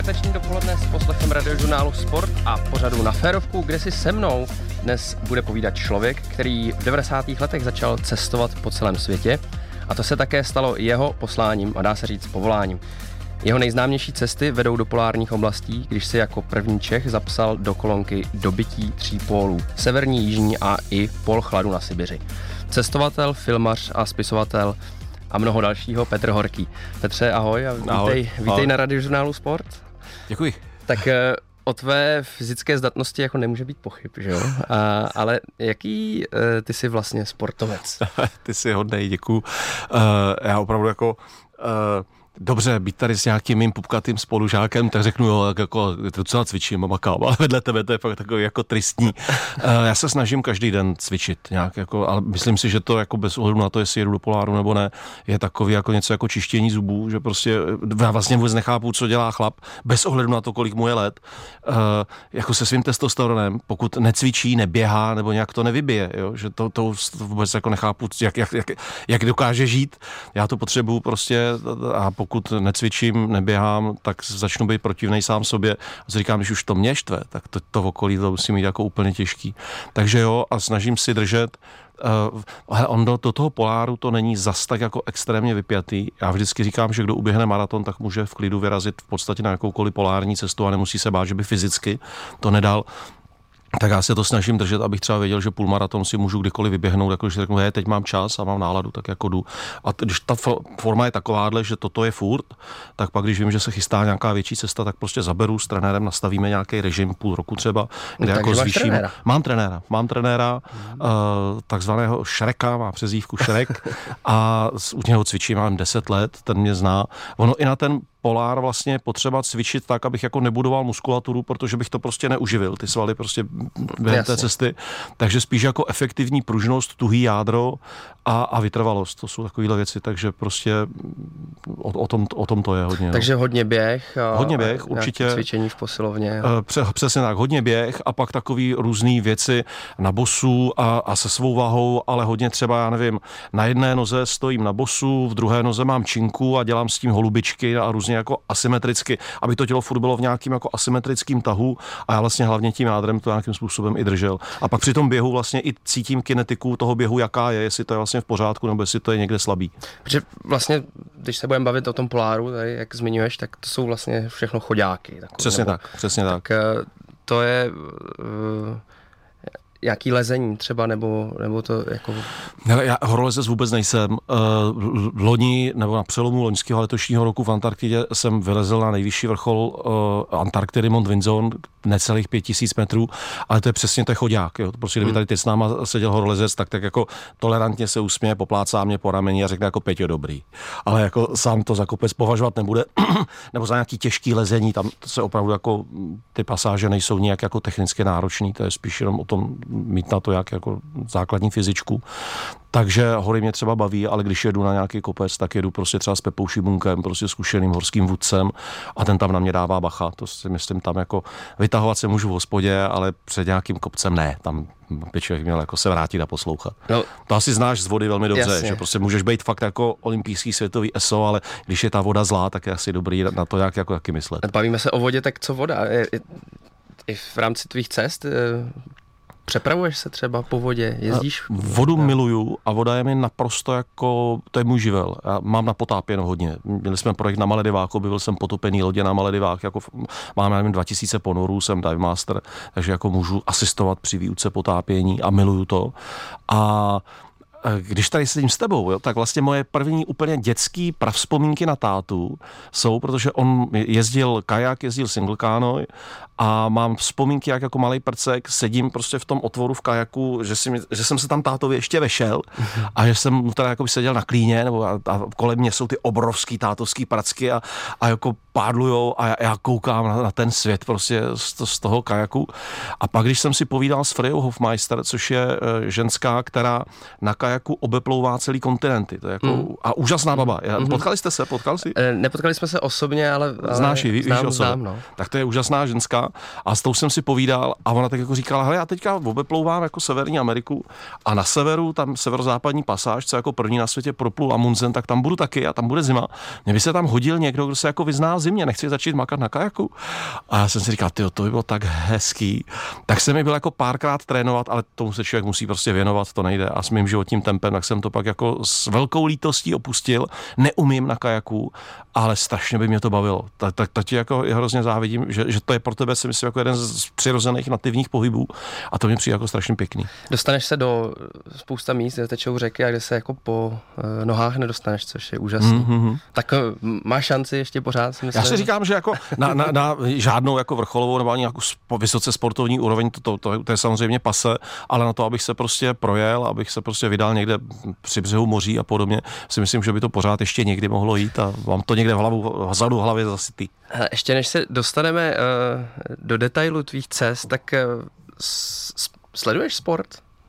Páteční dopoledne s poslechem radiožurnálu Sport a pořadu Na férovku, kde si se mnou dnes bude povídat člověk, který v 90. letech začal cestovat po celém světě a to se také stalo jeho posláním a dá se říct povoláním. Jeho nejznámější cesty vedou do polárních oblastí, když si jako první Čech zapsal do kolonky Dobytí 3 pólů, severní, jižní a i pól chladu na Sibiři. Cestovatel, filmař a spisovatel a mnoho dalšího, Petr Horký. Petře, ahoj a vítej na radiožurnálu Sport. Děkuji. Tak o tvé fyzické zdatnosti jako nemůže být pochyb, že jo? Ale jaký ty jsi vlastně sportovec? Ty jsi hodnej, děkuju. Já opravdu jako... Dobře, být tady s nějakým mým pupkatým spolužákem, tak řeknu, jo, jako docela cvičím a makám, ale vedle tebe to je fakt takový jako tristní. Já se snažím každý den cvičit nějak, jako, ale myslím si, že to jako bez ohledu na to, jestli jedu do poláru nebo ne, je takový jako něco jako čištění zubů, že prostě já vlastně vůbec nechápu, co dělá chlap, bez ohledu na to, kolik mu je let, jako se svým testosteronem, pokud necvičí, neběhá nebo nějak to nevybije, jo, že to vůbec jako nechápu, jak dokáže žít. Já to potřebuju prostě a pokud necvičím, neběhám, tak začnu být protivnej sám sobě. A říkám, když už to mě štve, tak to okolí to musí mít jako úplně těžký. Takže jo, a snažím si držet. Do toho poláru to není zas tak jako extrémně vypjatý. Já vždycky říkám, že kdo uběhne maraton, tak může v klidu vyrazit v podstatě na jakoukoliv polární cestu a nemusí se bát, že by fyzicky to nedal. Tak já se to snažím držet, abych třeba věděl, že půlmaraton si můžu kdykoliv vyběhnout, jako když řeknu, teď mám čas a mám náladu, tak jako jdu. A když ta forma je takováhle, že toto je furt, tak pak, když vím, že se chystá nějaká větší cesta, tak prostě zaberu s trenérem, nastavíme nějaký režim půl roku třeba, kde jako zvýším. Mám trenéra, takzvaného Šreka, má přezdívku Šrek a u něho cvičím, mám 10 let, ten mě zná. Ono i na ten polár vlastně potřeba cvičit tak, abych jako nebudoval muskulaturu, protože bych to prostě neuživil, ty svaly prostě během té cesty. Takže spíš jako efektivní pružnost, tuhý jádro a vytrvalost. To jsou takovéhle věci, takže prostě o tom to je hodně. Takže hodně běh. Hodně běh, určitě. Cvičení v posilovně. Přesně tak, hodně běh a pak takový různý věci na bosu a se svou váhou, ale hodně třeba, já nevím, na jedné noze stojím na bosu, v druhé noze mám činku a dělám s tím holubičky a různě jako asymetricky, aby to tělo furt bylo v nějakým jako asymetrickým tahu a já vlastně hlavně tím jádrem to nějakým způsobem i držel. A pak při tom běhu vlastně i cítím kinetiku toho běhu, jaká je, jestli to je vlastně v pořádku nebo jestli to je někde slabý. Protože vlastně, když se budeme bavit o tom poláru, tady, jak zmiňuješ, tak to jsou vlastně všechno choďáky. Přesně tak. To je jaký lezení třeba, nebo to jako... Já horolezec vůbec nejsem. Loni, nebo na přelomu loňského a letošního roku v Antarktidě jsem vylezl na nejvyšší vrchol Antarktidy Mont Vinson, necelých 5000 metrů, ale to je přesně to choďák. Jo. Prostě kdyby tady teď s náma seděl horolezec, tak jako tolerantně se usměje, poplácá mě po rameni a řekne jako Peťo, dobrý. Ale jako sám to za kopec považovat nebude, nebo za nějaký těžký lezení, tam se opravdu jako ty pasáže nejsou nějak jako technicky náročný, to je spíš jenom o tom mít na to jak jako základní fyzičku. Takže hory mě třeba baví, ale když jedu na nějaký kopec, tak jedu prostě třeba s Pepou Šibunkem, prostě zkušeným horským vůdcem a ten tam na mě dává bacha. To si myslím tam jako vytahovat se můžu v hospodě, ale před nějakým kopcem ne. Tam by člověk měl jako se vrátit a poslouchat. No, to asi znáš z vody velmi dobře, jasně. Že prostě můžeš být fakt jako olympijský světový ESO, ale když je ta voda zlá, tak je asi dobrý na to jak jako taky myslet. Bavíme se o vodě, tak co voda? I v rámci tvých cest přepravuješ se třeba po vodě, jezdíš? Vodu miluju a voda je mi naprosto jako, to je můj živel. Já mám na potápěno hodně. Měli jsme projekt na Malediváku, byl jsem potopený lodě na Maledivách, jako mám nevím 2000 ponorů, jsem dive master, takže jako můžu asistovat při výuce potápění a miluju to. A když tady sedím s tebou, jo, tak vlastně moje první úplně dětský pravzpomínky na tátu jsou, protože on jezdil kajak, jezdil single canoe a mám vzpomínky, jak jako malej prcek sedím prostě v tom otvoru v kajaku, že jsem se tam tátovi ještě vešel a že jsem mu teda jako seděl na klíně nebo a kolem mě jsou ty obrovský tátovský pracky a jako pádlujou a já koukám na ten svět prostě z toho kajaku. A pak, když jsem si povídal s Frejou Hofmeister, což je ženská, která na kajaku kajaku obeplouvá celý kontinenty. To je jako, a úžasná baba. Potkal jsi? Nepotkali jsme se osobně, ale Znáš ji, víš znám, no. Tak to je úžasná ženská a s tou jsem si povídal a ona tak jako říkala, hele, já teďka obeplouvám jako Severní Ameriku a na severu, tam severozápadní pasáž, co jako první na světě proplul Amundsen, tak tam budu taky a tam bude zima. Mě by se tam hodil někdo, kdo se jako vyzná v zimě, nechci začít makat na kajaku. A já jsem si říkal, tyjo, to by bylo tak hezký. Tak jsem mi byl jako párkrát trénovat, ale tomu se člověk musí prostě věnovat, to nejde. A s mým životním tempem, tak jsem to pak jako s velkou lítostí opustil. Neumím na kajaku, ale strašně by mě to bavilo. Tak ti jako hrozně závidím, že to je pro tebe, si myslím, jako jeden z přirozených nativních pohybů a to mě přijde jako strašně pěkný. Dostaneš se do spousta míst, kde tečou řeky a kde se jako po nohách nedostaneš, což je úžasný. Tak máš šanci ještě pořád, si myslím. Já si říkám, že jako na žádnou jako vrcholovou nebo ani jako vysoce sportovní úroveň, to je samozřejmě pase, ale na to, abych se prostě projel, abych se prostě vydal někde při břehu moří a podobně, si myslím, že by to pořád ještě někdy mohlo jít a mám to někde vzadu v hlavě zasytý. Ještě než se dostaneme do detailu tvých cest, tak sleduješ sport?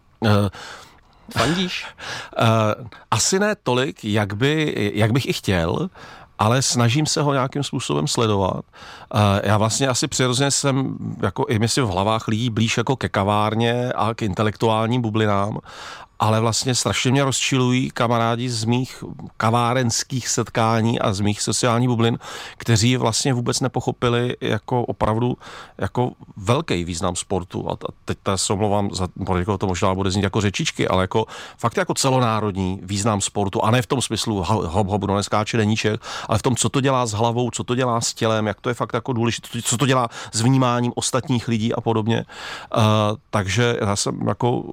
Fandíš? Asi ne tolik, jak bych i chtěl, ale snažím se ho nějakým způsobem sledovat. Já vlastně asi přirozeně jsem jako i myslím v hlavách lidí blíž jako ke kavárně a k intelektuálním bublinám, ale vlastně strašně mě rozčilují kamarádi z mých kavárenských setkání a z mých sociálních bublin, kteří vlastně vůbec nepochopili jako opravdu jako velký význam sportu. A teď se omlouvám, to možná bude znít jako řečičky, ale jako fakt jako celonárodní význam sportu a ne v tom smyslu hop, no neskáče deníček, ale v tom, co to dělá s hlavou, co to dělá s tělem, jak to je fakt jako důležité, co to dělá s vnímáním ostatních lidí a podobně. Takže já jsem jako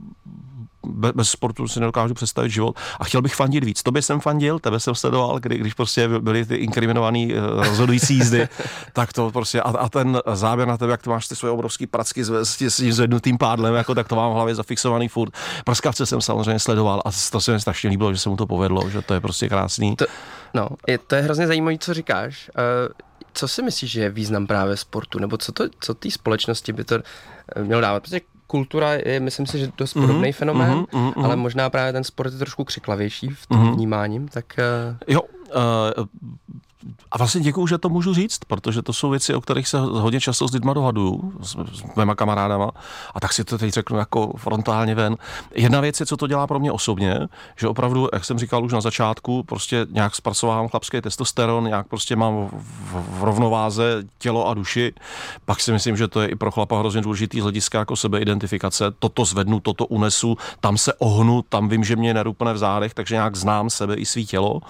bez sportu si nedokážu představit život a chtěl bych fandit víc. Tobě jsem fandil, tebe jsem sledoval, když prostě byly ty inkriminovaný rozhodující jízdy, tak to prostě a ten záběr na tebe, jak to máš ty svoje obrovský pracky s tím zvednutým pádlem, jako tak to mám v hlavě zafixovaný furt. Prskavce jsem samozřejmě sledoval a to se mi strašně líbilo, že se mu to povedlo, že to je prostě krásný. To je hrozně zajímavý, co říkáš. Co si myslíš, že je význam právě sportu, nebo co té společnosti by to mělo dávat? Protože kultura je, myslím si, že dost podobný fenomén, ale možná právě ten sport je trošku křiklavější v tom vnímáním, tak... Jo, a vlastně děkuju, že to můžu říct, protože to jsou věci, o kterých se hodně často s lidma dohaduju, s mýma kamarádama, a tak si to teď řeknu jako frontálně ven. Jedna věc je, co to dělá pro mě osobně, že opravdu, jak jsem říkal už na začátku, prostě nějak zpracovávám chlapský testosteron, nějak prostě mám v rovnováze tělo a duši, pak si myslím, že to je i pro chlapa hrozně důležitý z hlediska jako sebeidentifikace, toto zvednu, toto unesu, tam se ohnu, tam vím, že mě nerupne v zádech, takže nějak znám sebe i svý tělo.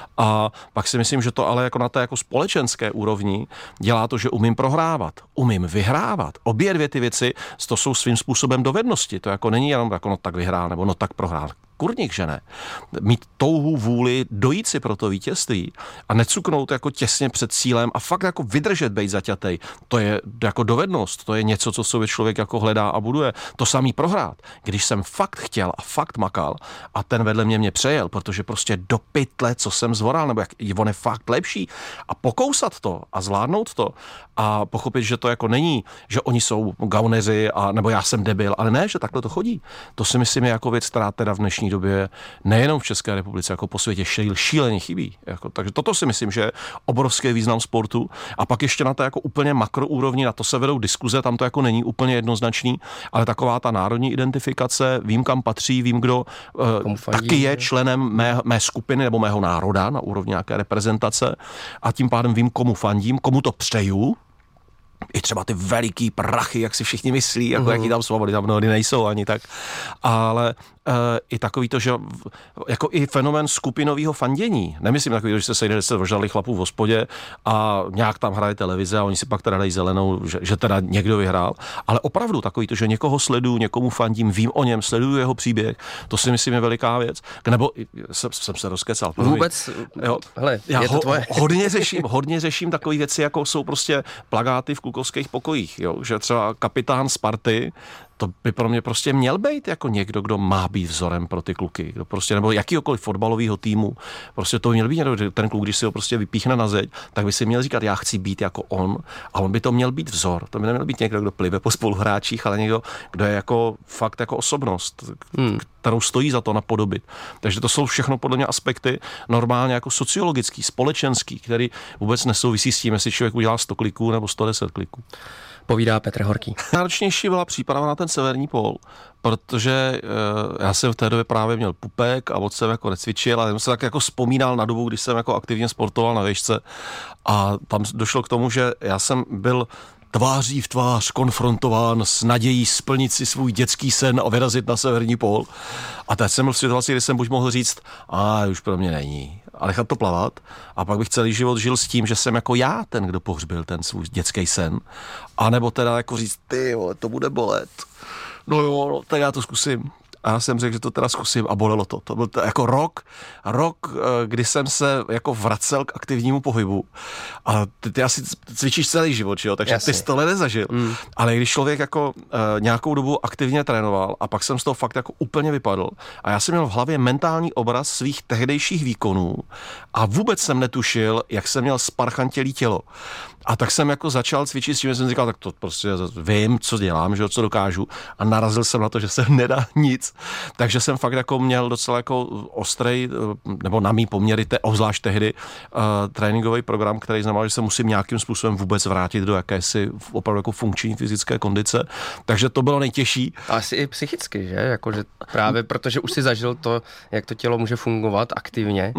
A pak si myslím, že to ale jako na té jako společenské úrovni dělá to, že umím prohrávat, umím vyhrávat. Obě dvě ty věci, to jsou svým způsobem dovednosti. To jako není jenom jako no tak vyhrál nebo no tak prohrál. Kurník, že ne. Mít touhu, vůli, dojít si pro to vítězství a necuknout jako těsně před cílem a fakt jako vydržet bejt zaťatej. To je jako dovednost, to je něco, co sobě člověk jako hledá a buduje. To samý prohrát. Když jsem fakt chtěl a fakt makal a ten vedle mě přejel, protože prostě do pytle, co jsem zvoral, nebo jak on je fakt lepší a pokousat to a zvládnout to a pochopit, že to jako není, že oni jsou gauneři a nebo já jsem debil, ale ne, že takhle to chodí. To si myslím je jako věc, která teda v dnešní době nejenom v České republice, jako po světě šíleně chybí. Jako, takže toto si myslím, že je obrovský význam sportu. A pak ještě na té jako úplně makroúrovni, na to se vedou diskuze, tam to jako není úplně jednoznačný, ale taková ta národní identifikace, vím, kam patří, vím, kdo taky je členem mé skupiny nebo mého národa na úrovni nějaké reprezentace a tím pádem vím, komu fandím, komu to přeju. I třeba ty veliký prachy, jak si všichni myslí, jako jaký tam svobody, tam mnohdy nejsou ani tak. Ale i takový to, že jako i fenomén skupinového fandění. Nemyslím takový, že se sejde 10 ožralých chlapů v hospodě a nějak tam hraje televize a oni si pak teda dají zelenou, že teda někdo vyhrál. Ale opravdu takový to, že někoho sleduju, někomu fandím, vím o něm, sleduju jeho příběh, to si myslím je veliká věc. Nebo jsem se rozkecal. Vůbec, jo, hele, já je to tvoje. Hodně řeším takové věci, jako jsou prostě plakáty v klukovských pokojích. Jo? Že třeba kapitán Sparty, to by pro mě prostě měl být jako někdo, kdo má být vzorem pro ty kluky, kdo prostě, nebo jakýkoliv fotbalového týmu, prostě to by měl být někdo, ten kluk, když si ho prostě vypíchne na zeď, tak by si měl říkat, já chci být jako on, a on by to měl být vzor. To by neměl být někdo, kdo plive po spoluhráčích, ale někdo, kdo je jako fakt jako osobnost, kterou stojí za to napodobit. Takže to jsou všechno podle mě aspekty normálně jako sociologický, společenský, který vůbec nesouvisí s tím, jestli člověk udělá 100 kliků nebo 110 kliků. Povídá Petr Horký. Náročnější byla příprava na ten severní pól, protože já jsem v té době právě měl pupek a moc jsem jako necvičil, ale jsem se tak jako vzpomínal na dobu, když jsem jako aktivně sportoval na výšce a tam došlo k tomu, že já jsem byl tváří v tvář konfrontován s nadějí splnit si svůj dětský sen a vyrazit na severní pól. A teď jsem byl v situaci, kdy jsem buď mohl říct, už pro mě není, a nechat to plavat. A pak bych celý život žil s tím, že jsem jako já ten, kdo pohřbil ten svůj dětský sen. A nebo teda jako říct, ty vole, to bude bolet. No jo, no, tak já to zkusím. A já jsem řekl, že to teda zkusím a bolelo to. To byl jako rok, kdy jsem se jako vracel k aktivnímu pohybu. A ty asi cvičíš celý život, jo? Takže ty jsi tohle nezažil. Ale když člověk jako nějakou dobu aktivně trénoval a pak jsem z toho fakt jako úplně vypadl a já jsem měl v hlavě mentální obraz svých tehdejších výkonů a vůbec jsem netušil, jak jsem měl sparchantělý tělo. A tak jsem jako začal cvičit s tím, že jsem říkal, tak to prostě vím, co dělám, že co dokážu, a narazil jsem na to, že se nedá nic. Takže jsem fakt jako měl docela jako ostrej, nebo na mý poměry, obzvlášť tehdy, tréninkový program, který znamenal, že se musím nějakým způsobem vůbec vrátit do jakési opravdu jako funkční fyzické kondice. Takže to bylo nejtěžší. A asi i psychicky, že? Jakože právě protože už si zažil to, jak to tělo může fungovat aktivně,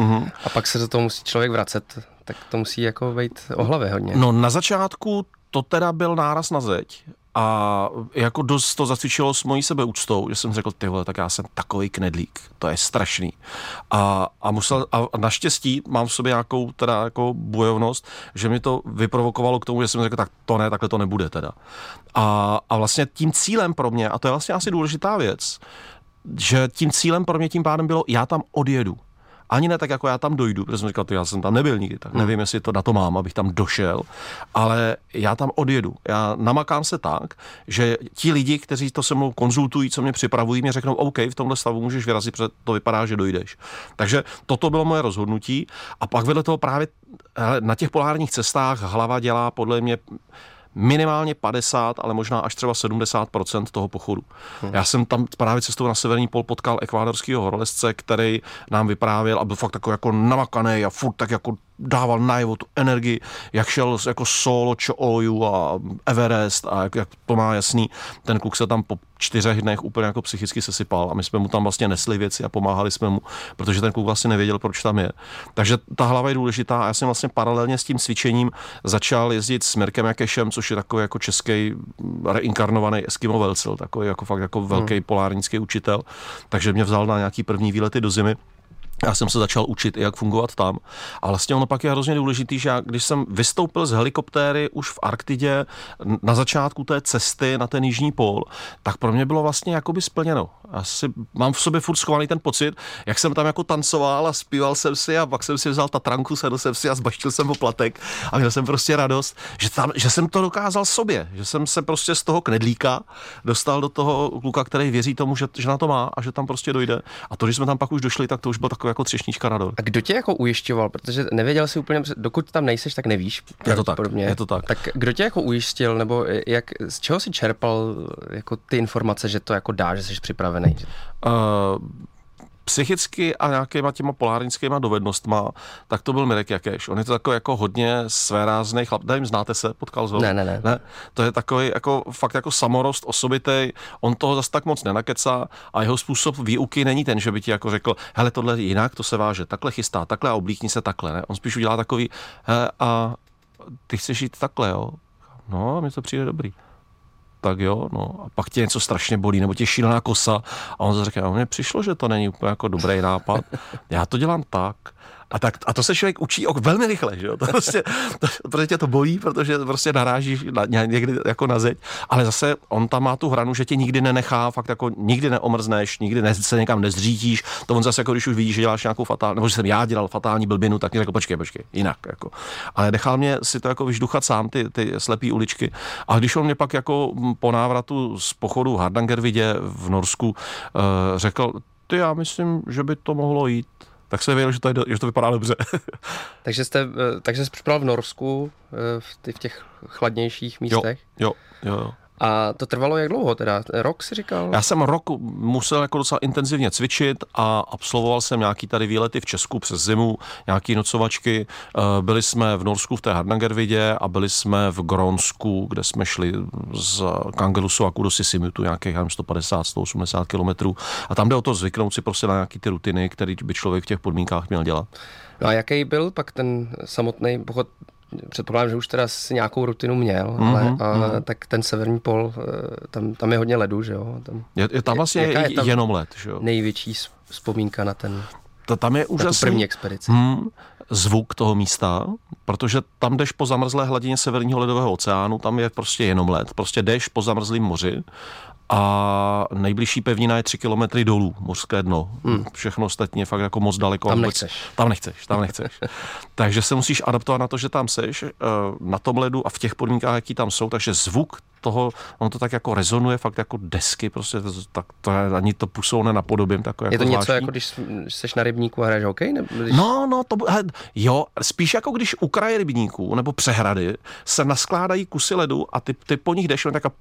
a pak se do toho musí člověk vracet. Tak to musí jako být o hlavě hodně. No na začátku to teda byl náraz na zeď a jako dost to zacvičilo s mojí sebeúctou, že jsem řekl, ty vole, tak já jsem takový knedlík, to je strašný. A naštěstí mám v sobě nějakou teda jako bojovnost, že mi to vyprovokovalo k tomu, že jsem řekl, tak to ne, takhle to nebude teda. A vlastně tím cílem pro mě, a to je vlastně asi důležitá věc, že tím cílem pro mě tím pádem bylo, já tam odjedu. Ani ne tak, jako já tam dojdu, protože jsem říkal, já jsem tam nebyl nikdy, tak nevím, jestli to na to mám, abych tam došel, ale já tam odjedu. Já namakám se tak, že ti lidi, kteří to se mnou konzultují, co mě připravují, mě řeknou, OK, v tomhle stavu můžeš vyrazit, protože to vypadá, že dojdeš. Takže toto bylo moje rozhodnutí a pak vedle toho právě na těch polárních cestách hlava dělá podle mě minimálně 50, ale možná až třeba 70% toho pochodu. Já jsem tam právě cestou na severní pól potkal ekvádorského horolezce, který nám vyprávěl a byl fakt takový jako namakaný a furt tak jako dával najevo tu energii, jak šel jako solo Cho-Oyu a Everest a jak to má jasný. Ten kluk se tam po 4 dnech úplně jako psychicky sesypal a my jsme mu tam vlastně nesli věci a pomáhali jsme mu, protože ten kluk vlastně nevěděl, proč tam je. Takže ta hlava je důležitá a já jsem vlastně paralelně s tím cvičením začal jezdit s Mirkem Jakešem, což je takový jako český reinkarnovaný Eskimo Velcel, takový jako fakt jako velký polárnický učitel, takže mě vzal na nějaký první výlety do zimy. Já jsem se začal učit, jak fungovat tam. A vlastně ono pak je hrozně důležitý, že já, když jsem vystoupil z helikoptéry už v Arktidě na začátku té cesty na ten jižní pól, tak pro mě bylo vlastně jakoby splněno. Asi mám v sobě furt schovaný ten pocit, jak jsem tam jako tancoval a zpíval jsem si a pak jsem si vzal tatranku, sedl jsem si a zbaštil jsem poplatek a měl jsem prostě radost, že jsem to dokázal sobě, že jsem se prostě z toho knedlíka dostal do toho kluka, který věří tomu, že na to má a že tam prostě dojde. A to, když jsme tam pak už došli, tak to už byl takový jako třešnička na dor. A kdo tě jako ujišťoval, protože nevěděl si úplně, dokud tam nejseš, tak nevíš. Je to tak. Tak kdo tě jako ujistil, nebo z čeho si čerpal jako ty informace, že to jako dá, že jsi připravený? Psychicky a nějakýma těma polárnickýma dovednostma, tak to byl Mirek Jakeš. On je to takový jako hodně svéráznej chlap. Nevím, znáte se? Potkal ho? Ne. To je takový jako fakt jako samorost osobitej. On toho zas tak moc nenakecá a jeho způsob výuky není ten, že by ti jako řekl, hele, tohle je jinak, to se váže, takhle chystá, takhle a oblíkni se takhle, ne? On spíš udělá takový, a ty chceš jít takhle, jo? No, mi to přijde dobrý. Tak jo, no, a pak tě něco strašně bolí, nebo tě šílená kosa a on zase řekne, mně přišlo, že to není úplně jako dobrý nápad, já to dělám tak A to se člověk učí velmi rychle, že jo? To protože tě to bolí, protože prostě narážíš někdy jako na zeď, ale zase on tam má tu hranu, že tě nikdy nenechá, fakt jako nikdy neomrzneš, nikdy se někam nezřítíš. To on zase jako když už vidí, že děláš nějakou fatální, nebo že jsem já dělal fatální blbinu, tak mi řekl počkej, jinak jako. Ale nechal mě si to jako vyžduchat sám ty slepý uličky. A když on mě pak jako po návratu z pochodu Hardangervidě v Norsku řekl, já myslím, že by to mohlo jít. Tak se věděl, že to vypadá dobře. Takže jsi připravil v Norsku v těch chladnějších místech? Jo. A to trvalo jak dlouho teda? Rok si říkal? Já jsem rok musel jako docela intenzivně cvičit a absolvoval jsem nějaký tady výlety v Česku přes zimu, nějaký nocovačky. Byli jsme v Norsku v té Hardangervidě a byli jsme v Grónsku, kde jsme šli z Kangerlussuaq do Sisimiutu nějakých 150-180 kilometrů. A tam jde o to zvyknout si prostě na nějaký ty rutiny, které by člověk v těch podmínkách měl dělat. No a jaký byl pak ten samotný pochod? Předpokládám, že už teda si nějakou rutinu měl, ale tak ten severní pol, tam je hodně ledu, že jo? Tam vlastně je jenom led, že jo? Největší vzpomínka na tam je úžasný první expedici. Zvuk toho místa, protože tam jdeš po zamrzlé hladině severního ledového oceánu, tam je prostě jenom led, prostě jdeš po zamrzlém moři a nejbližší pevnina je 3 kilometry dolů, mořské dno. Všechno ostatní je fakt jako moc daleko. Tam nechceš. Takže se musíš adaptovat na to, že tam seš, na tom ledu a v těch podmínkách, jaký tam jsou, takže zvuk toho, on to tak jako rezonuje, fakt jako desky, prostě to ani to pusou nenapodobím. Je to něco zvláštní. Jako když seš na rybníku a hraješ hokej? Jo, spíš jako když u kraje rybníků nebo přehrady se naskládají kusy ledu a ty po nich jdeš, tak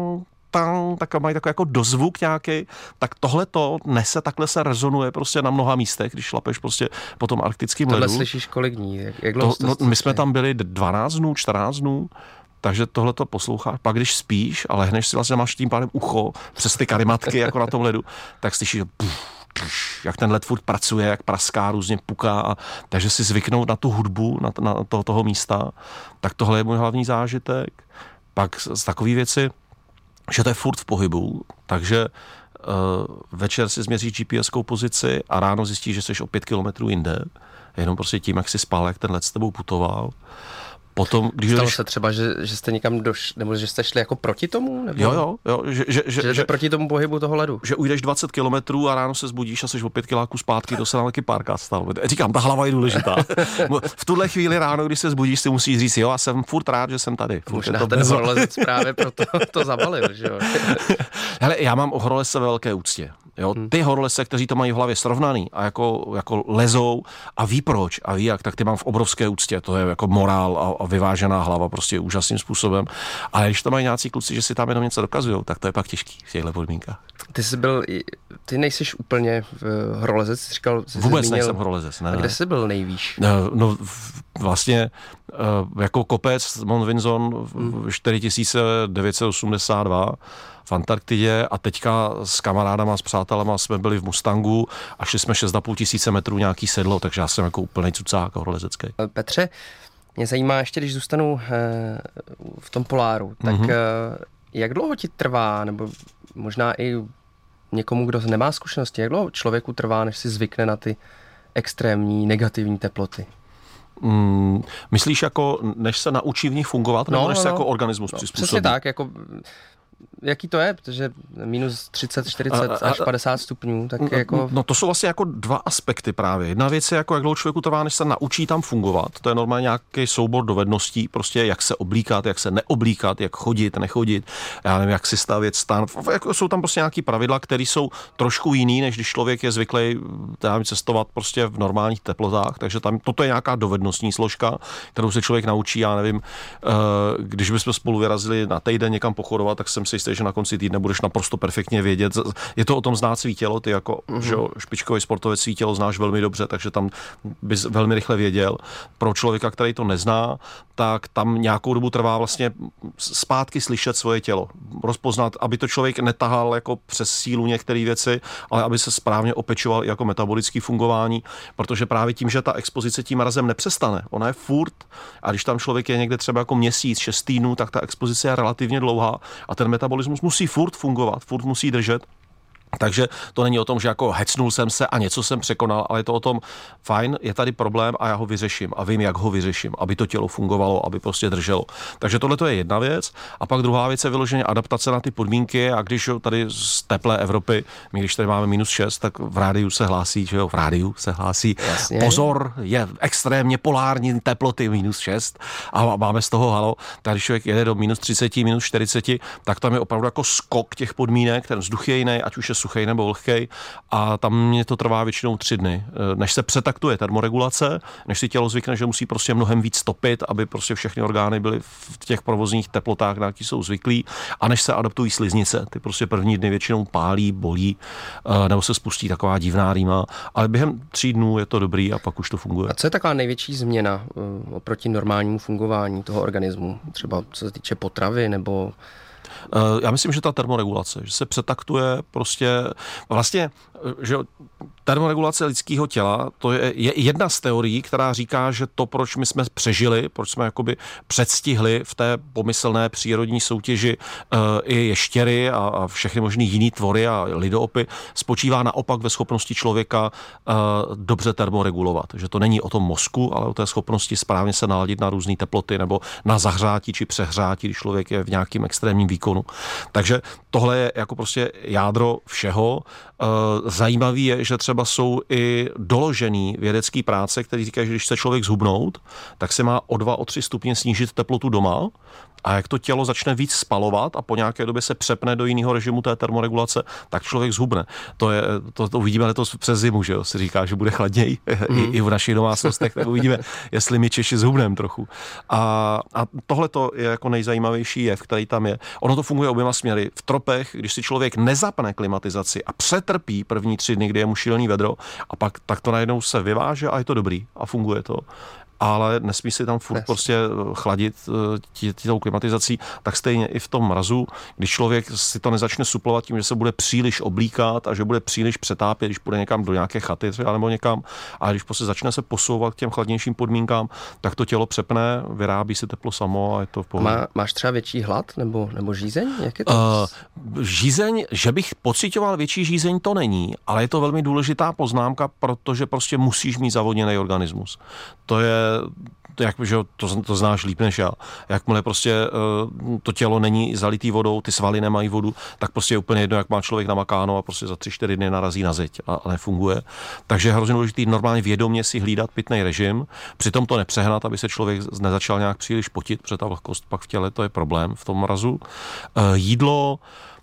tak mají takový jako dozvuk nějaký, tak tohle to nese, takhle se rezonuje prostě na mnoha místech, když šlapeš prostě po tom arktickém ledu. Tohle slyšíš kolik dní? Jak dlouho my jsme tam byli 12 dnů, 14 dnů, takže tohle to posloucháš. Pak když spíš a lehneš si vlastně, máš tím pádem ucho přes ty karimatky jako na tom ledu, tak slyšíš jak ten led furt pracuje, jak praská, různě puká. Takže si zvyknout na tu hudbu, na toho místa, tak tohle je můj hlavní zážitek. Pak z takové věci, že to je furt v pohybu, takže večer si změříš GPS-kou pozici a ráno zjistíš, že jsi o 5 kilometrů jinde, jenom prostě tím, jak jsi spal, jak ten let s tebou putoval. Potom, když stalo se třeba, že jste někam nebo že jste šli jako proti tomu? Nebo? Jo. Že proti tomu pohybu toho ledu? Že ujdeš 20 kilometrů a ráno se zbudíš a jsi o 5 kiláků zpátky, to se nám taky párkrát stalo. Říkám, ta hlava je důležitá. V tuhle chvíli ráno, když se zbudíš, si musíš říct, jo, a jsem furt rád, že jsem tady. Možná ten horolezec právě proto to zabalil, že jo? Hele, já mám o horolezce ve velké úctě. Jo, ty horolezce, kteří to mají v hlavě srovnaný a jako lezou a ví proč a ví jak, tak ty mám v obrovské úctě. To je jako morál a vyvážená hlava prostě úžasným způsobem. Ale když to mají nějací kluci, že si tam jenom něco dokazujou, tak to je pak těžký v těchto podmínkách. Ty nejsiš úplně horolezec, říkal, vůbec nejsem horolezec. Ne. A kde jsi byl nejvýš? No vlastně jako kopec Mont Vinson 4982 v Antarktidě a teďka s kamarádama, s přátelama jsme byli v Mustangu a šli jsme 6500 metrů nějaký sedlo, takže já jsem jako úplnej cucák horolezecký. Petře, mě zajímá ještě, když zůstanu v tom poláru, tak jak dlouho ti trvá, nebo možná i někomu, kdo nemá zkušenosti, jak dlouho člověku trvá, než si zvykne na ty extrémní negativní teploty? Myslíš jako, než se naučí v nich fungovat, nebo než se jako organismus přizpůsobí? Přesně tak, jako jaký to je, protože minus 30, 40 až 50 stupňů, tak jako... No to jsou vlastně jako dva aspekty právě. Jedna věc je jako, jak dlouho člověku trvá, než se naučí tam fungovat. To je normálně nějaký soubor dovedností, prostě jak se oblíkat, jak se neoblíkat, jak chodit, nechodit, já nevím, jak si stavět stan. Jako jsou tam prostě nějaký pravidla, které jsou trošku jiný, než když člověk je zvyklý cestovat prostě v normálních teplotách, takže tam toto je nějaká dovednostní složka, kterou se člověk naučí, já nevím, když bychom spolu vyrazili na týden někam pochodovat, tak jsem si jistý, že na konci týdne budeš naprosto perfektně vědět. Je to o tom znát svý tělo, ty jako špičkový sportovec svý tělo znáš velmi dobře, takže tam bys velmi rychle věděl. Pro člověka, který to nezná, tak tam nějakou dobu trvá vlastně zpátky slyšet svoje tělo. Rozpoznat, aby to člověk netahal jako přes sílu některé věci, ale aby se správně opečoval jako metabolické fungování, protože právě tím, že ta expozice tím mrazem nepřestane, ona je furt a když tam člověk je někde třeba jako měsíc, 6 týdnů, tak ta expozice je relativně dlouhá a ten metabolismus musí furt fungovat, furt musí držet. Takže to není o tom, že jako hecnul jsem se a něco jsem překonal, ale je to o tom, fajn, je tady problém a já ho vyřeším a vím, jak ho vyřeším, aby to tělo fungovalo, aby prostě drželo. Takže tohle to je jedna věc. A pak druhá věc je vyloženě adaptace na ty podmínky a když tady z teplé Evropy, my když tady máme -6, tak v rádiu se hlásí, že jo, v rádiu se hlásí, jasně. Pozor, je extrémně polární teploty -6 a máme z toho halo. Tak když člověk jede do -30, -40, tak tam je opravdu jako skok těch podmínek, ten vzduch je jiný, ať už je suchý nebo vlhký, a tam mě to trvá většinou 3 dny. Než se přetaktuje termoregulace, než si tělo zvykne, že musí prostě mnohem víc topit, aby prostě všechny orgány byly v těch provozních teplotách, na jaký jsou zvyklí, a než se adaptují sliznice. Ty prostě první dny většinou pálí, bolí, nebo se spustí taková divná rýma, ale během 3 dnů je to dobrý a pak už to funguje. A co je taková největší změna oproti normálnímu fungování toho organismu? Třeba co se týče potravy nebo... Já myslím, že ta termoregulace, že se přetaktuje prostě vlastně, že termoregulace lidského těla, to je jedna z teorií, která říká, že to, proč my jsme přežili, proč jsme jakoby předstihli v té pomyslné přírodní soutěži i ještěry a všechny možný jiný tvory a lidoopy, spočívá naopak ve schopnosti člověka dobře termoregulovat. Že to není o tom mozku, ale o té schopnosti správně se naladit na různé teploty nebo na zahřátí či přehřátí, když člověk je v nějakým extrémním výkonu. Takže tohle je jako prostě jádro všeho. Zajímavý je, že třeba jsou i doložený vědecký práce, které říkají, že když chce člověk zhubnout, tak se má o 2, o 3 stupně snížit teplotu doma, a jak to tělo začne víc spalovat a po nějaké době se přepne do jiného režimu té termoregulace, tak člověk zhubne. To uvidíme letos přes zimu, že jo? Se říká, že bude chladněji i v našich domácnostech, tak uvidíme, jestli my Češi zhubneme trochu. A tohle to je jako nejzajímavější jev, který tam je. Ono to funguje oběma směry. V tropech, když si člověk nezapne klimatizaci a přetrpí první 3 dny, kdy je mu šílený vedro, a pak tak to najednou se vyváže a je to dobrý a funguje to. Ale nesmí si tam furt prostě chladit tou klimatizací, tak stejně i v tom mrazu, když člověk si to nezačne suplovat tím, že se bude příliš oblíkat a že bude příliš přetápět, když půjde někam do nějaké chaty třeba nebo někam, a když prostě začne se posouvat k těm chladnějším podmínkám, tak to tělo přepne, vyrábí si teplo samo a je to v pohodě. Máš třeba větší hlad nebo žízeň? Jak je to? Žízeň, že bych pociťoval větší žízeň, to není, ale je to velmi důležitá poznámka, protože prostě musíš mít zavodněný organismus. To znáš líp než já. Jakmile prostě to tělo není zalitý vodou, ty svaly nemají vodu, tak prostě je úplně jedno, jak má člověk namakáno a prostě za 3-4 dny narazí na zeď a nefunguje. Takže je hrozně důležitý normálně vědomě si hlídat pitný režim, přitom to nepřehnat, aby se člověk nezačal nějak příliš potit, protože ta vlhkost pak v těle, to je problém v tom mrazu. Jídlo...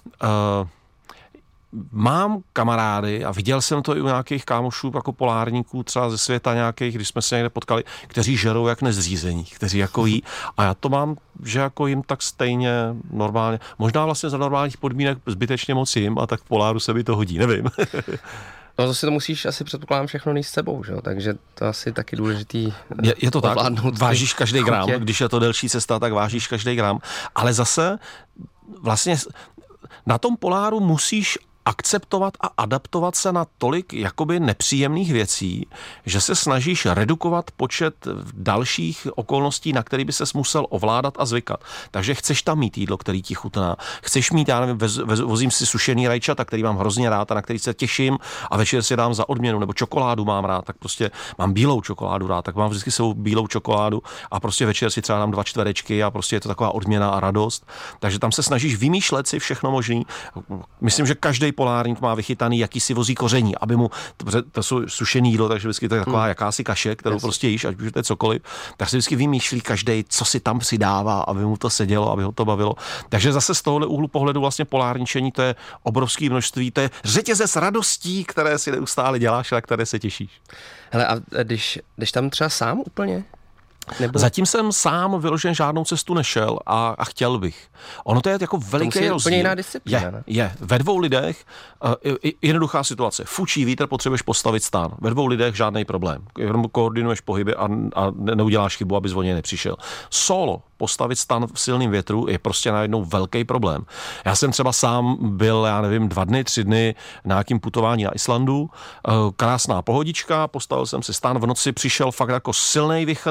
Mám kamarády a viděl jsem to i u nějakých kámošů jako polárníků třeba ze světa nějakých, když jsme se někde potkali, kteří žerou jak nezřízení, kteří jako jí, a já to mám, že jako jim tak stejně normálně, možná vlastně za normálních podmínek zbytečně moc jim, a tak v poláru se mi to hodí, nevím. No to si to musíš asi, předpokládám, všechno nejít s sebou, že? Takže to asi taky důležitý. Je to tak, vážíš každý gram, když je to delší cesta, tak vážíš každý gram, ale zase vlastně na tom poláru musíš akceptovat a adaptovat se na tolik jakoby nepříjemných věcí, že se snažíš redukovat počet dalších okolností, na který by ses musel ovládat a zvykat. Takže chceš tam mít jídlo, který ti chutná. Chceš mít, já nevím, vozím si sušený rajčata, který mám hrozně rád a na který se těším, a večer si dám za odměnu, nebo čokoládu mám rád, tak prostě mám bílou čokoládu rád, tak mám vždycky svou bílou čokoládu a prostě večer si třeba dám 2 čtverečky a prostě je to taková odměna a radost. Takže tam se snažíš vymýšlet si všechno možný. Myslím, že každý polárník má vychytaný, jaký si vozí koření, aby mu, to jsou sušený jídlo, takže vždycky to je taková jakási kaše, kterou prostě jíš, ať už to je cokoliv, tak si vždycky vymýšlí každý, co si tam přidává, aby mu to sedělo, aby ho to bavilo. Takže zase z tohohle úhlu pohledu vlastně polárničení, to je obrovské množství, to je řetězec radostí, které si neustále děláš a které se těšíš. Hele, a když tam třeba sám úplně? Nebo... Zatím jsem sám vyloženě žádnou cestu nešel a chtěl bych. Ono to je jako veliký rozdíl. Úplně jiná disciplína. Je. Ve 2 lidech jednoduchá situace. Fučí vítr, potřebuješ postavit stán. Ve 2 lidech žádný problém. Jenom koordinuješ pohyby a neuděláš chybu, aby zvoně nepřišel. Solo postavit stan v silném větru je prostě najednou velký problém. Já jsem třeba sám byl, 2 dny, 3 dny na nějakým putování na Islandu. Krásná pohodička, postavil jsem si stan, v noci přišel fakt jako silný vichr, bouře,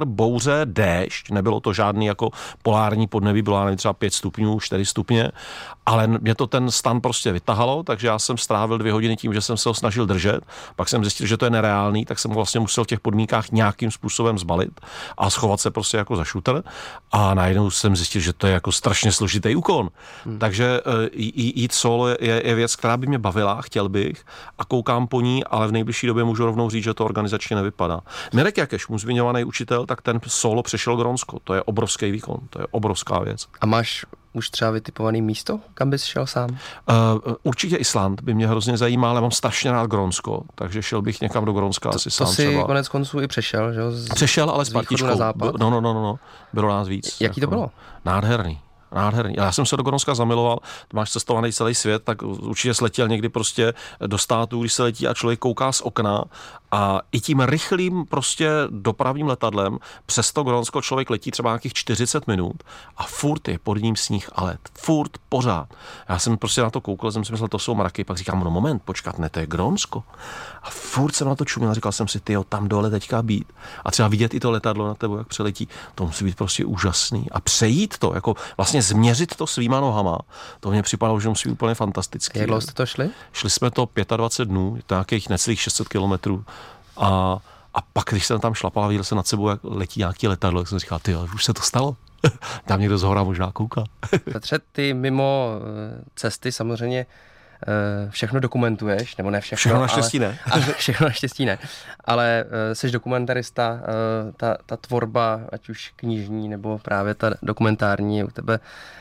bouře, déšť, nebylo to žádný jako polární podnebí, bylo nevím, třeba 5 stupňů, 4 stupně, ale mě to ten stan prostě vytahalo, takže já jsem strávil 2 hodiny tím, že jsem se ho snažil držet, pak jsem zjistil, že to je nereálný, tak jsem ho vlastně musel v těch podmínkách nějakým způsobem zbalit a schovat se prostě jako za šuter a najednou jsem zjistil, že to je jako strašně složitý úkon. Takže jít solo je věc, která by mě bavila, chtěl bych a koukám po ní, ale v nejbližší době můžu rovnou říct, že to organizačně nevypadá. Mirek Jakeš, můj zmiňovaný učitel, tak ten solo přešel Grónsko. To je obrovský výkon, to je obrovská věc. A máš už třeba vytipovaný místo, kam bys šel sám? Určitě Island by mě hrozně zajímal, ale mám strašně rád Grónsko, takže šel bych někam do Grónska asi sám třeba. To si konec konců i přešel, že jo? Přešel, ale s partičkou. No. Bylo nás víc. Jaký to bylo? Nádherný. Já jsem se do Grónska zamiloval, máš cestovaný celý svět, tak určitě sletěl někdy prostě do států, když se letí a člověk kouká z okna a i tím rychlým prostě dopravním letadlem přes to Grónsko člověk letí třeba nějakých 40 minut a furt je pod ním sníh a led. Furt, pořád. Já jsem prostě na to koukal, jsem si myslel, to jsou mraky, pak říkám, no moment, počkat, ne, to je Grónsko. A furt jsem na to čuměl a říkal jsem si, tyjo, tam dole teďka být. A třeba vidět i to letadlo na tebe, jak přeletí, to musí být prostě úžasný. A přejít to, jako vlastně změřit to svýma nohama, to mně připadalo, že musí být úplně fantastický. Jak dlouho jste to šli? Šli jsme to 25 dnů, to nějakých necelých 600 kilometrů. A pak, když jsem tam šlapal a viděl jsem nad sebou, jak letí nějaký letadlo, tak jsem říkal, ty, už se to stalo. Tam někdo z hora možná kouká. Petře, ty mimo cesty samozřejmě všechno dokumentuješ, nebo ne všechno. Všechno naštěstí ne. Všechno naštěstí ne. Ale jsi dokumentarista, ta tvorba, ať už knižní, nebo právě ta dokumentární, je u tebe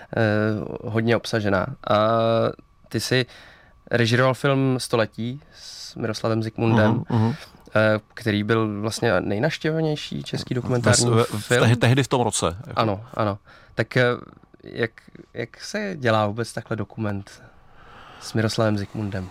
hodně obsažená. A ty jsi režíroval film Století s Miroslavem Zikmundem, který byl vlastně nejnavštěvovanější český dokumentární film. Tehdy v tom roce. Jako. Ano. Tak jak se dělá vůbec takhle dokument s Miroslavem Zikmundem?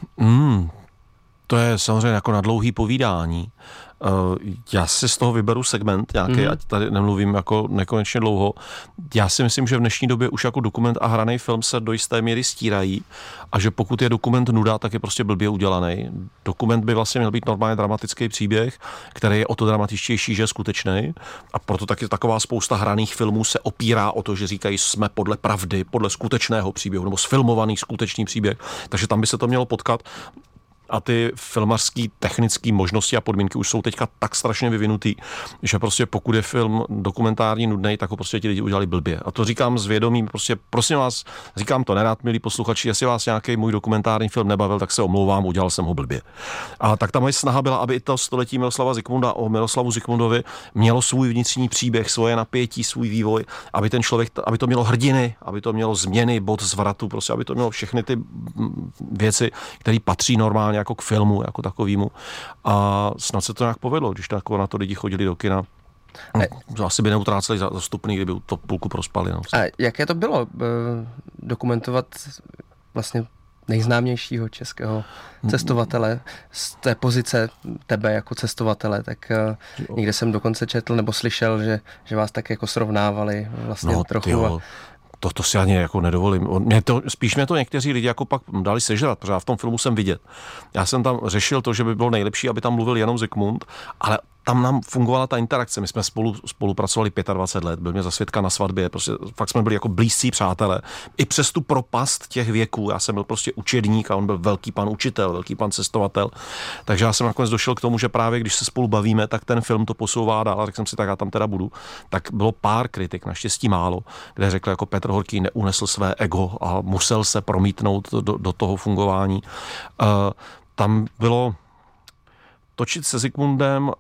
To je samozřejmě jako na dlouhý povídání. Já si z toho vyberu segment nějaký, ať tady nemluvím jako nekonečně dlouho. Já si myslím, že v dnešní době už jako dokument a hraný film se do jisté míry stírají a že pokud je dokument nuda, tak je prostě blbě udělaný. Dokument by vlastně měl být normálně dramatický příběh, který je o to dramatičtější, že je skutečný, a proto taky taková spousta hraných filmů se opírá o to, že říkají, jsme podle pravdy, podle skutečného příběhu nebo sfilmovaný skutečný příběh. Takže tam by se to mělo potkat. A ty filmařský technické možnosti a podmínky už jsou teďka tak strašně vyvinutý, že prostě pokud je film dokumentární nudnej, tak ho prostě ti lidi udělali blbě. A to říkám s vědomím, prostě prosím vás, říkám to nerad, milí posluchači, jestli vás nějaký můj dokumentární film nebavil, tak se omlouvám, udělal jsem ho blbě. A tak ta moje snaha byla, aby i to Století Miroslava Zikmunda o Miroslavu Zikmundovi mělo svůj vnitřní příběh, svoje napětí, svůj vývoj, aby ten člověk, aby to mělo hrdiny, aby to mělo změny, bod zvratu, prostě aby to mělo všechny ty věci, které patří normálně jako k filmu, jako takovýmu. A snad se to nějak povedlo, když tak na to lidi chodili do kina. Asi by neutráceli za vstupný, kdyby to půlku prospali. No. A jaké to bylo dokumentovat vlastně nejznámějšího českého cestovatele z té pozice tebe jako cestovatele, tak někde jsem dokonce četl nebo slyšel, že vás tak jako srovnávali vlastně trochu. To si ani jako nedovolím. Spíš mě to někteří lidi jako pak dali sežrat, protože já v tom filmu jsem vidět. Já jsem tam řešil to, že by bylo nejlepší, aby tam mluvil jenom Zikmund, ale tam nám fungovala ta interakce. My jsme spolupracovali 25 let, byl mě za svědka na svatbě, prostě fakt jsme byli jako blízcí přátelé. I přes tu propast těch věků, já jsem byl prostě učedník a on byl velký pan učitel, velký pan cestovatel. Takže já jsem nakonec došel k tomu, že právě když se spolu bavíme, tak ten film to posouvá dál, a řekl jsem si, tak já tam teda budu. Tak bylo pár kritik, naštěstí málo, kde řekl, jako Petr Horký neunesl své ego a musel se promítnout do toho fungování. Tam bylo točit se Zikmundem,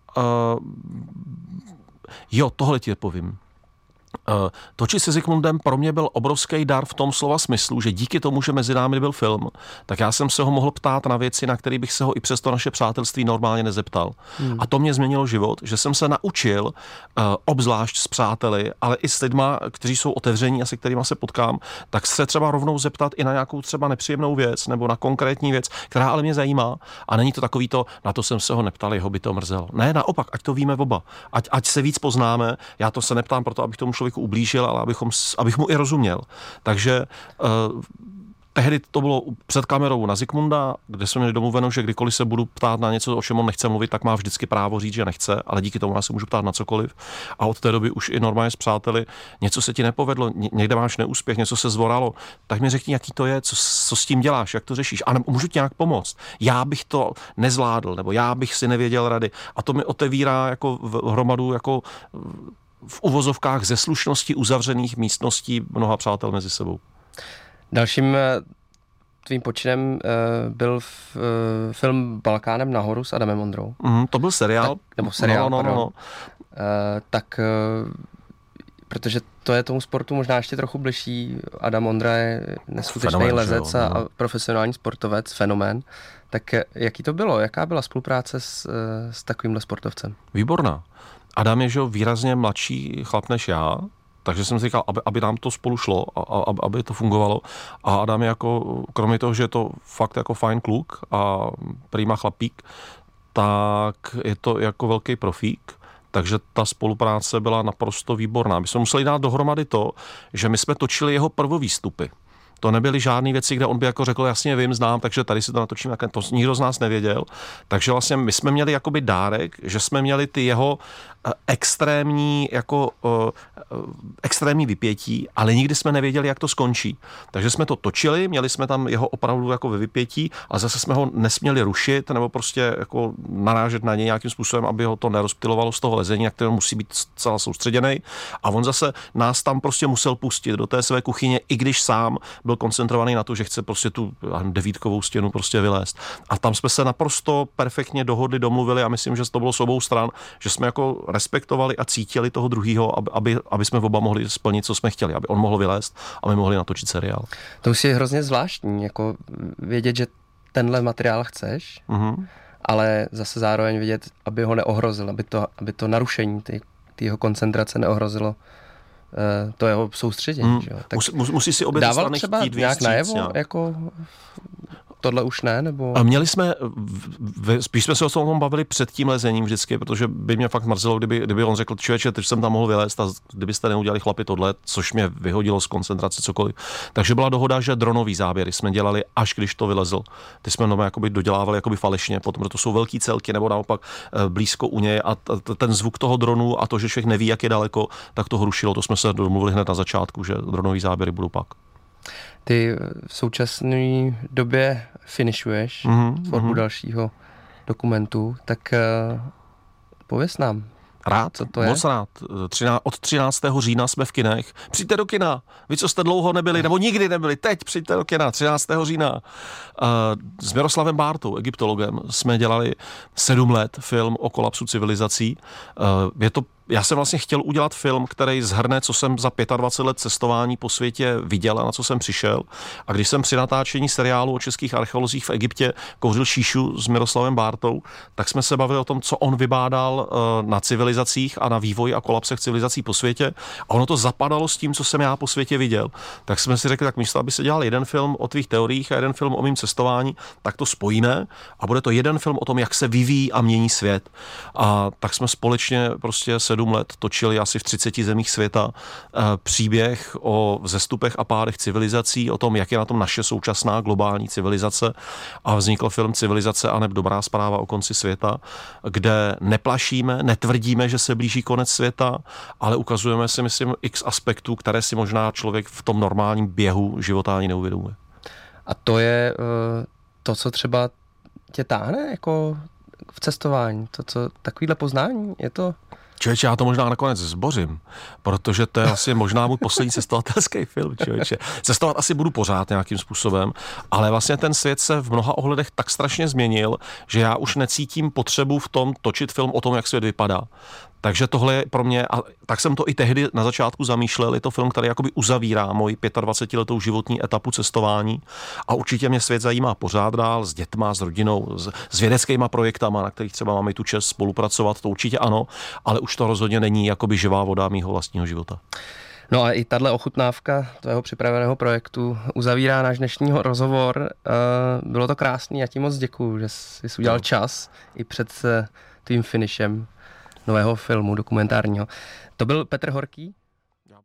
tohle ti povím. Točit se Zikmundem pro mě byl obrovský dar v tom slova smyslu, že díky tomu, že mezi námi byl film, tak já jsem se ho mohl ptát na věci, na které bych se ho i přes to naše přátelství normálně nezeptal. A to mě změnilo život, že jsem se naučil, obzvlášť s přáteli, ale i s lidma, kteří jsou otevření a se kterými se potkám, tak se třeba rovnou zeptat i na nějakou třeba nepříjemnou věc nebo na konkrétní věc, která ale mě zajímá. A není to takový to, na to jsem se ho neptal, jeho by to mrzelo. Ne, naopak, ať to víme oba. Ať se víc poznáme. Já to se neptám proto, abych tomu člověku ublížil, ale abych mu i rozuměl. Takže Tehdy to bylo před kamerou na Zikmunda, kde jsme měli domluveno, že kdykoliv se budu ptát na něco, o čem on nechce mluvit, tak má vždycky právo říct, že nechce, ale díky tomu já se můžu ptát na cokoliv. A od té doby už i normálně s přáteli, něco se ti nepovedlo, někde máš neúspěch, něco se zvoralo, tak mi řekni, jaký to je, co s tím děláš, jak to řešíš. A můžu ti nějak pomoct. Já bych to nezvládl, nebo já bych si nevěděl rady. A to mi otevírá jako hromadu jako v uvozovkách ze slušnosti uzavřených místností mnoha přátel mezi sebou. Dalším tvým počinem byl film Balkánem nahoru s Adamem Ondrou. To byl seriál. Nebo seriál, no. Protože to je tomu sportu možná ještě trochu bližší. Adam Ondra je neskutečný lezec a profesionální sportovec, fenomén. Tak jaký to bylo? Jaká byla spolupráce s takovýmhle sportovcem? Výborná. Adam je výrazně mladší chlap než já, takže jsem si říkal, aby nám to spolu šlo, aby to fungovalo. A Adam je jako, kromě toho, že je to fakt jako fajn kluk a prima chlapík, tak je to jako velký profík. Takže ta spolupráce byla naprosto výborná. My jsme museli dát dohromady to, že my jsme točili jeho prvovýstupy. To nebyly žádné věci, kde on by jako řekl, jasně vím, znám, takže tady si to natočím, to nikdo z nás nevěděl. Takže vlastně my jsme měli jakoby dárek, že jsme měli ty jeho extrémní vypětí, ale nikdy jsme nevěděli, jak to skončí. Takže jsme to točili, měli jsme tam jeho opravdu jako ve vypětí, ale zase jsme ho nesměli rušit nebo prostě jako narážet na něj nějakým způsobem, aby ho to nerozptylovalo z toho lezení, na které musí být celá soustředěný. A on zase nás tam prostě musel pustit do té své kuchyně, i když sám byl koncentrovaný na to, že chce prostě tu 9kovou stěnu prostě vylézt. A tam jsme se naprosto perfektně dohodli, domluvili a myslím, že to bylo s obou stran, že jsme jako respektovali a cítili toho druhýho, aby jsme oba mohli splnit, co jsme chtěli, aby on mohl vylézt a my mohli natočit seriál. To už je hrozně zvláštní, jako vědět, že tenhle materiál chceš, ale zase zároveň vědět, aby ho neohrozil, aby to narušení ty jeho koncentrace neohrozilo to jeho soustředění. Tak musí si obě strany chtít nějak najevo, jako tohle už ne, nebo? A měli jsme, spíš jsme se o tom bavili před tím lezením vždycky, protože by mě fakt mrzelo, kdyby on řekl, člověče, teď jsem tam mohl vylézt a kdybyste neudělali chlapi tohle, což mě vyhodilo z koncentrace cokoliv. Takže byla dohoda, že dronový záběry jsme dělali, až když to vylezl. Ty jsme nové jakoby dodělávali jakoby falešně, potom, že to jsou velký celky nebo naopak blízko u něj a ten zvuk toho dronu a to, že člověk neví, jak je daleko, tak to rušilo. To jsme se domluvili hned na začátku, že dronový záběry budou pak. Ty v současné době finišuješ tvorbu dalšího dokumentu, tak pověz nám. Rád, co to je? Moc rád. Od 13. října jsme v kinech. Přijďte do kina. Vy, co jste dlouho nebyli, nebo nikdy nebyli, teď přijďte do kina. 13. října. S Miroslavem Bártou, egyptologem, jsme dělali 7 let film o kolapsu civilizací. Já jsem vlastně chtěl udělat film, který shrne, co jsem za 25 let cestování po světě viděl a na co jsem přišel. A když jsem při natáčení seriálu o českých archeolozích v Egyptě kouřil šíšu s Miroslavem Bártou, tak jsme se bavili o tom, co on vybádal na civilizacích a na vývoji a kolapsech civilizací po světě. A ono to zapadalo s tím, co jsem já po světě viděl. Tak jsme si řekli, tak místo, aby se dělal jeden film o tvých teoriích a jeden film o mým cestování, tak to spojíme a bude to jeden film o tom, jak se vyvíjí a mění svět. A tak jsme společně prostě 7 let točili asi v 30 zemích světa příběh o vzestupech a pádech civilizací, o tom, jak je na tom naše současná globální civilizace a vznikl film Civilizace a neb dobrá zpráva o konci světa, kde neplašíme, netvrdíme, že se blíží konec světa, ale ukazujeme si, myslím, x aspektů, které si možná člověk v tom normálním běhu života ani neuvědomuje. A to je to, co třeba tě táhne jako v cestování, takovýhle poznání, je to... Člověče, já to možná nakonec zbořím, protože to je asi možná můj poslední cestovatelský film, člověče. Cestovat asi budu pořád nějakým způsobem, ale vlastně ten svět se v mnoha ohledech tak strašně změnil, že já už necítím potřebu v tom točit film o tom, jak svět vypadá. Takže tohle je pro mě, a tak jsem to i tehdy na začátku zamýšlel, je to film, který jakoby uzavírá moji 25letou životní etapu cestování a určitě mě svět zajímá pořád dál s dětma, s rodinou, s vědeckýma projektama, na kterých třeba máme tu čest spolupracovat, to určitě ano, ale už to rozhodně není jakoby živá voda mýho vlastního života. No a i tahle ochutnávka tvého připraveného projektu uzavírá náš dnešní rozhovor. Bylo to krásný, já ti moc děkuju, že jsi udělal čas i před tvým finišem nového filmu dokumentárního. To byl Petr Horký,